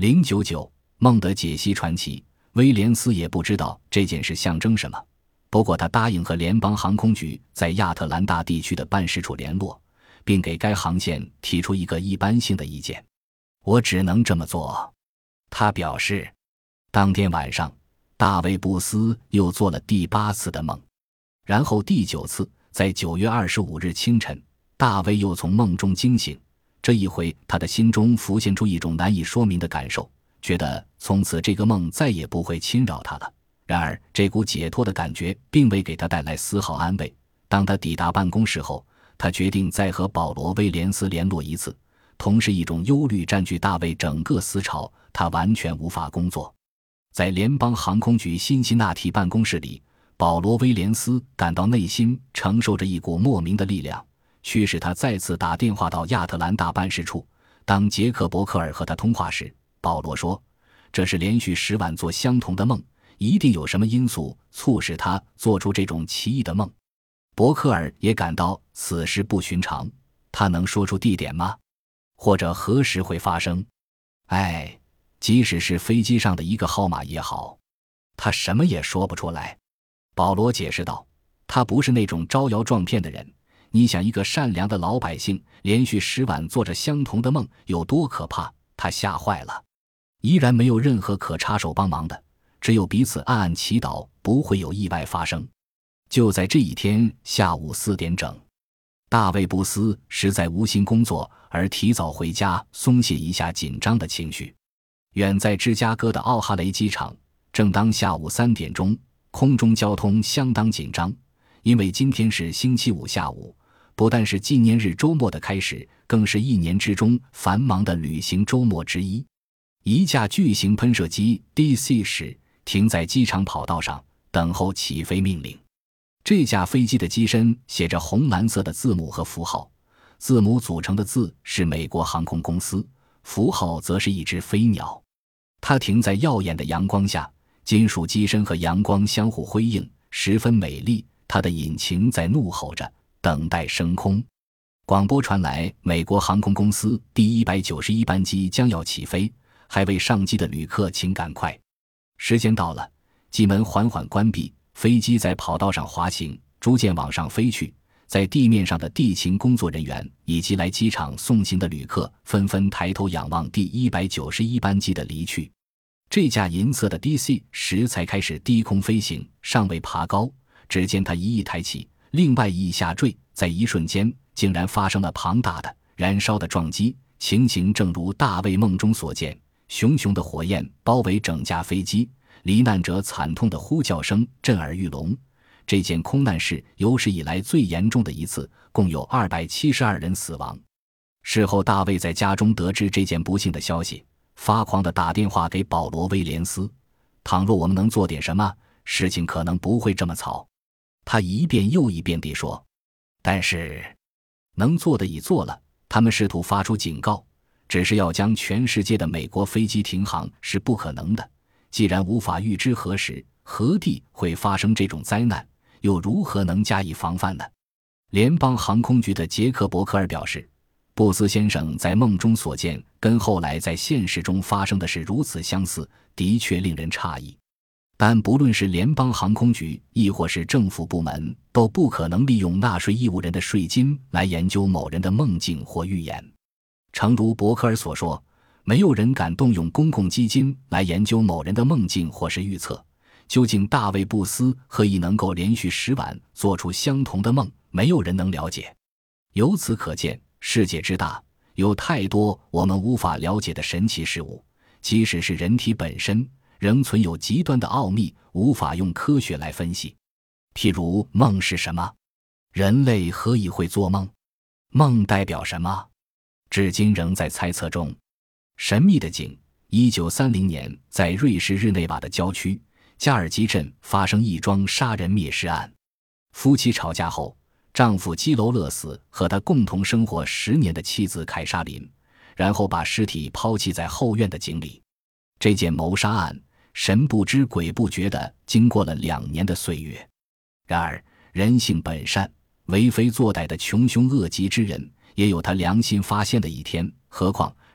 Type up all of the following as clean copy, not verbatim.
099梦的解析传奇。威廉斯也不知道这件事象征什么，不过他答应和联邦航空局在亚特兰大地区的办事处联络，并给该航线提出一个一般性的意见。我只能这么做，他表示。当天晚上，大卫·布斯又做了第8次的梦，然后第9次，在9月25日清晨，大卫又从梦中惊醒。这一回，他的心中浮现出一种难以说明的感受，觉得从此这个梦再也不会侵扰他了。然而，这股解脱的感觉并未给他带来丝毫安慰。当他抵达办公室后，他决定再和保罗·威廉斯联络一次。同时，一种忧虑占据大卫整个思潮，他完全无法工作。在联邦航空局辛辛那提办公室里，保罗·威廉斯感到内心承受着一股莫名的力量，驱使他再次打电话到亚特兰大办事处。当杰克·伯克尔和他通话时，保罗说，这是连续10晚做相同的梦，一定有什么因素促使他做出这种奇异的梦。伯克尔也感到此事不寻常，他能说出地点吗？或者何时会发生？即使是飞机上的一个号码也好，他什么也说不出来。保罗解释道，他不是那种招摇撞骗的人。你想一个善良的老百姓连续10晚做着相同的梦有多可怕？他吓坏了。依然没有任何可插手帮忙的，只有彼此暗暗祈祷不会有意外发生。就在这一天下午4点整，大卫·布斯实在无心工作，而提早回家松懈一下紧张的情绪。远在芝加哥的奥哈雷机场，正当下午3点钟，空中交通相当紧张，因为今天是星期五下午，不但是纪念日周末的开始，更是一年之中繁忙的旅行周末之一。一架巨型喷射机 DC 10停在机场跑道上，等候起飞命令。这架飞机的机身写着红蓝色的字母和符号，字母组成的字是美国航空公司，符号则是一只飞鸟。它停在耀眼的阳光下，金属机身和阳光相互辉映，十分美丽。它的引擎在怒吼着，等待升空。广播传来美国航空公司第191班机将要起飞，还未上机的旅客请赶快。时间到了，机门缓缓关闭，飞机在跑道上滑行，逐渐往上飞去。在地面上的地勤工作人员以及来机场送行的旅客纷纷抬头仰望第191班机的离去。这架银色的 DC 10才开始低空飞行，尚未爬高，只见它一翼抬起，另外一翼下坠，在一瞬间竟然发生了庞大的燃烧的撞击，情形正如大卫梦中所见，熊熊的火焰包围整架飞机，罹难者惨痛的呼叫声震耳欲聋。这件空难是有史以来最严重的一次，共有272人死亡。事后大卫在家中得知这件不幸的消息，发狂地打电话给保罗·威廉斯，倘若我们能做点什么，事情可能不会这么糟。他一遍又一遍地说，但是能做的已做了。他们试图发出警告，只是要将全世界的美国飞机停航是不可能的。既然无法预知何时何地会发生这种灾难，又如何能加以防范呢？联邦航空局的杰克·伯克尔表示，布斯先生在梦中所见跟后来在现实中发生的事如此相似，的确令人诧异。但不论是联邦航空局亦或是政府部门，都不可能利用纳税义务人的税金来研究某人的梦境或预言。诚如伯克尔所说，没有人敢动用公共基金来研究某人的梦境或是预测。究竟大卫·布斯何以能够连续10晚做出相同的梦，没有人能了解。由此可见，世界之大，有太多我们无法了解的神奇事物，即使是人体本身，仍存有极端的奥秘，无法用科学来分析。譬如梦是什么？人类何以会做梦？梦代表什么？至今仍在猜测中。神秘的井，1930年在瑞士日内瓦的郊区加尔基镇发生一桩杀人灭尸案。夫妻吵架后，丈夫基楼勒死和他共同生活10年的妻子凯莎琳，然后把尸体抛弃在后院的井里。这件谋杀案神不知鬼不觉地经过了2年的岁月。然而人性本善，为非作歹的穷凶恶极之人也有他良心发现的一天，何况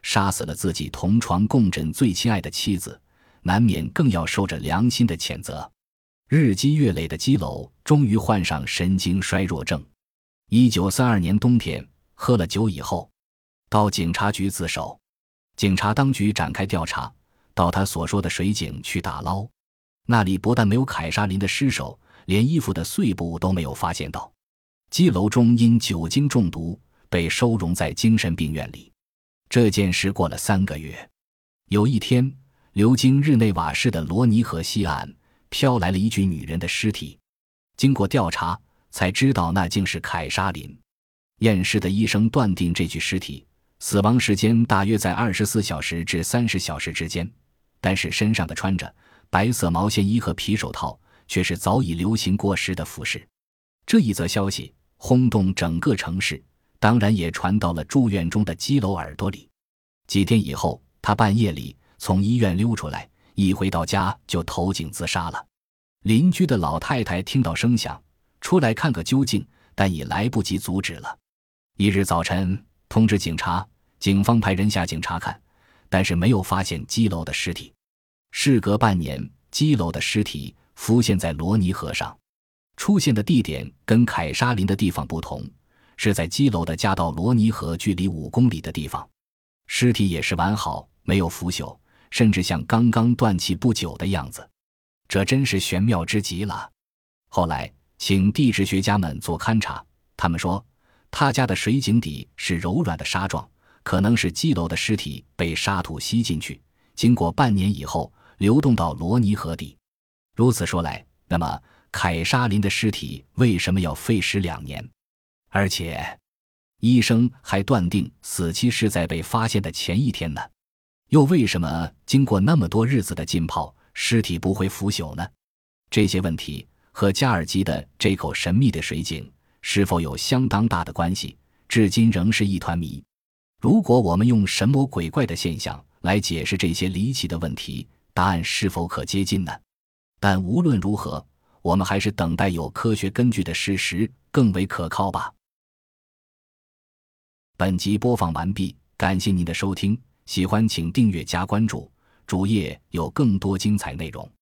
杀死了自己同床共枕最亲爱的妻子，难免更要受着良心的谴责。日积月累的基楼终于患上神经衰弱症。1932年冬天，喝了酒以后，到警察局自首。警察当局展开调查，到他所说的水井去打捞，那里不但没有凯沙琳的尸首，连衣服的碎布都没有发现到。基楼中因酒精中毒被收容在精神病院里。这件事过了3个月，有一天，流经日内瓦市的罗尼河西岸飘来了一具女人的尸体。经过调查才知道那竟是凯沙琳。验尸的医生断定这具尸体死亡时间大约在24小时至30小时之间，但是身上的穿着白色毛线衣和皮手套却是早已流行过时的服饰。这一则消息轰动整个城市，当然也传到了住院中的基楼耳朵里。几天以后，他半夜里从医院溜出来，一回到家就投井自杀了。邻居的老太太听到声响，出来看个究竟，但已来不及阻止了。一日早晨，通知警察，警方派人下井查看，但是没有发现基楼的尸体。事隔半年，基楼的尸体浮现在罗尼河上，出现的地点跟凯沙琳的地方不同，是在基楼的家到罗尼河距离5公里的地方。尸体也是完好，没有腐朽，甚至像刚刚断气不久的样子，这真是玄妙之极了。后来请地质学家们做勘察，他们说他家的水井底是柔软的沙状，可能是基楼的尸体被沙土吸进去，经过半年以后流动到罗尼河底。如此说来，那么凯沙琳的尸体为什么要废尸2年？而且医生还断定死期是在被发现的前一天呢。又为什么经过那么多日子的浸泡，尸体不会腐朽呢？这些问题和加尔基的这口神秘的水井是否有相当大的关系，至今仍是一团谜。如果我们用神魔鬼怪的现象来解释这些离奇的问题，答案是否可接近呢？但无论如何，我们还是等待有科学根据的事实更为可靠吧。本集播放完毕，感谢您的收听，喜欢请订阅加关注，主页有更多精彩内容。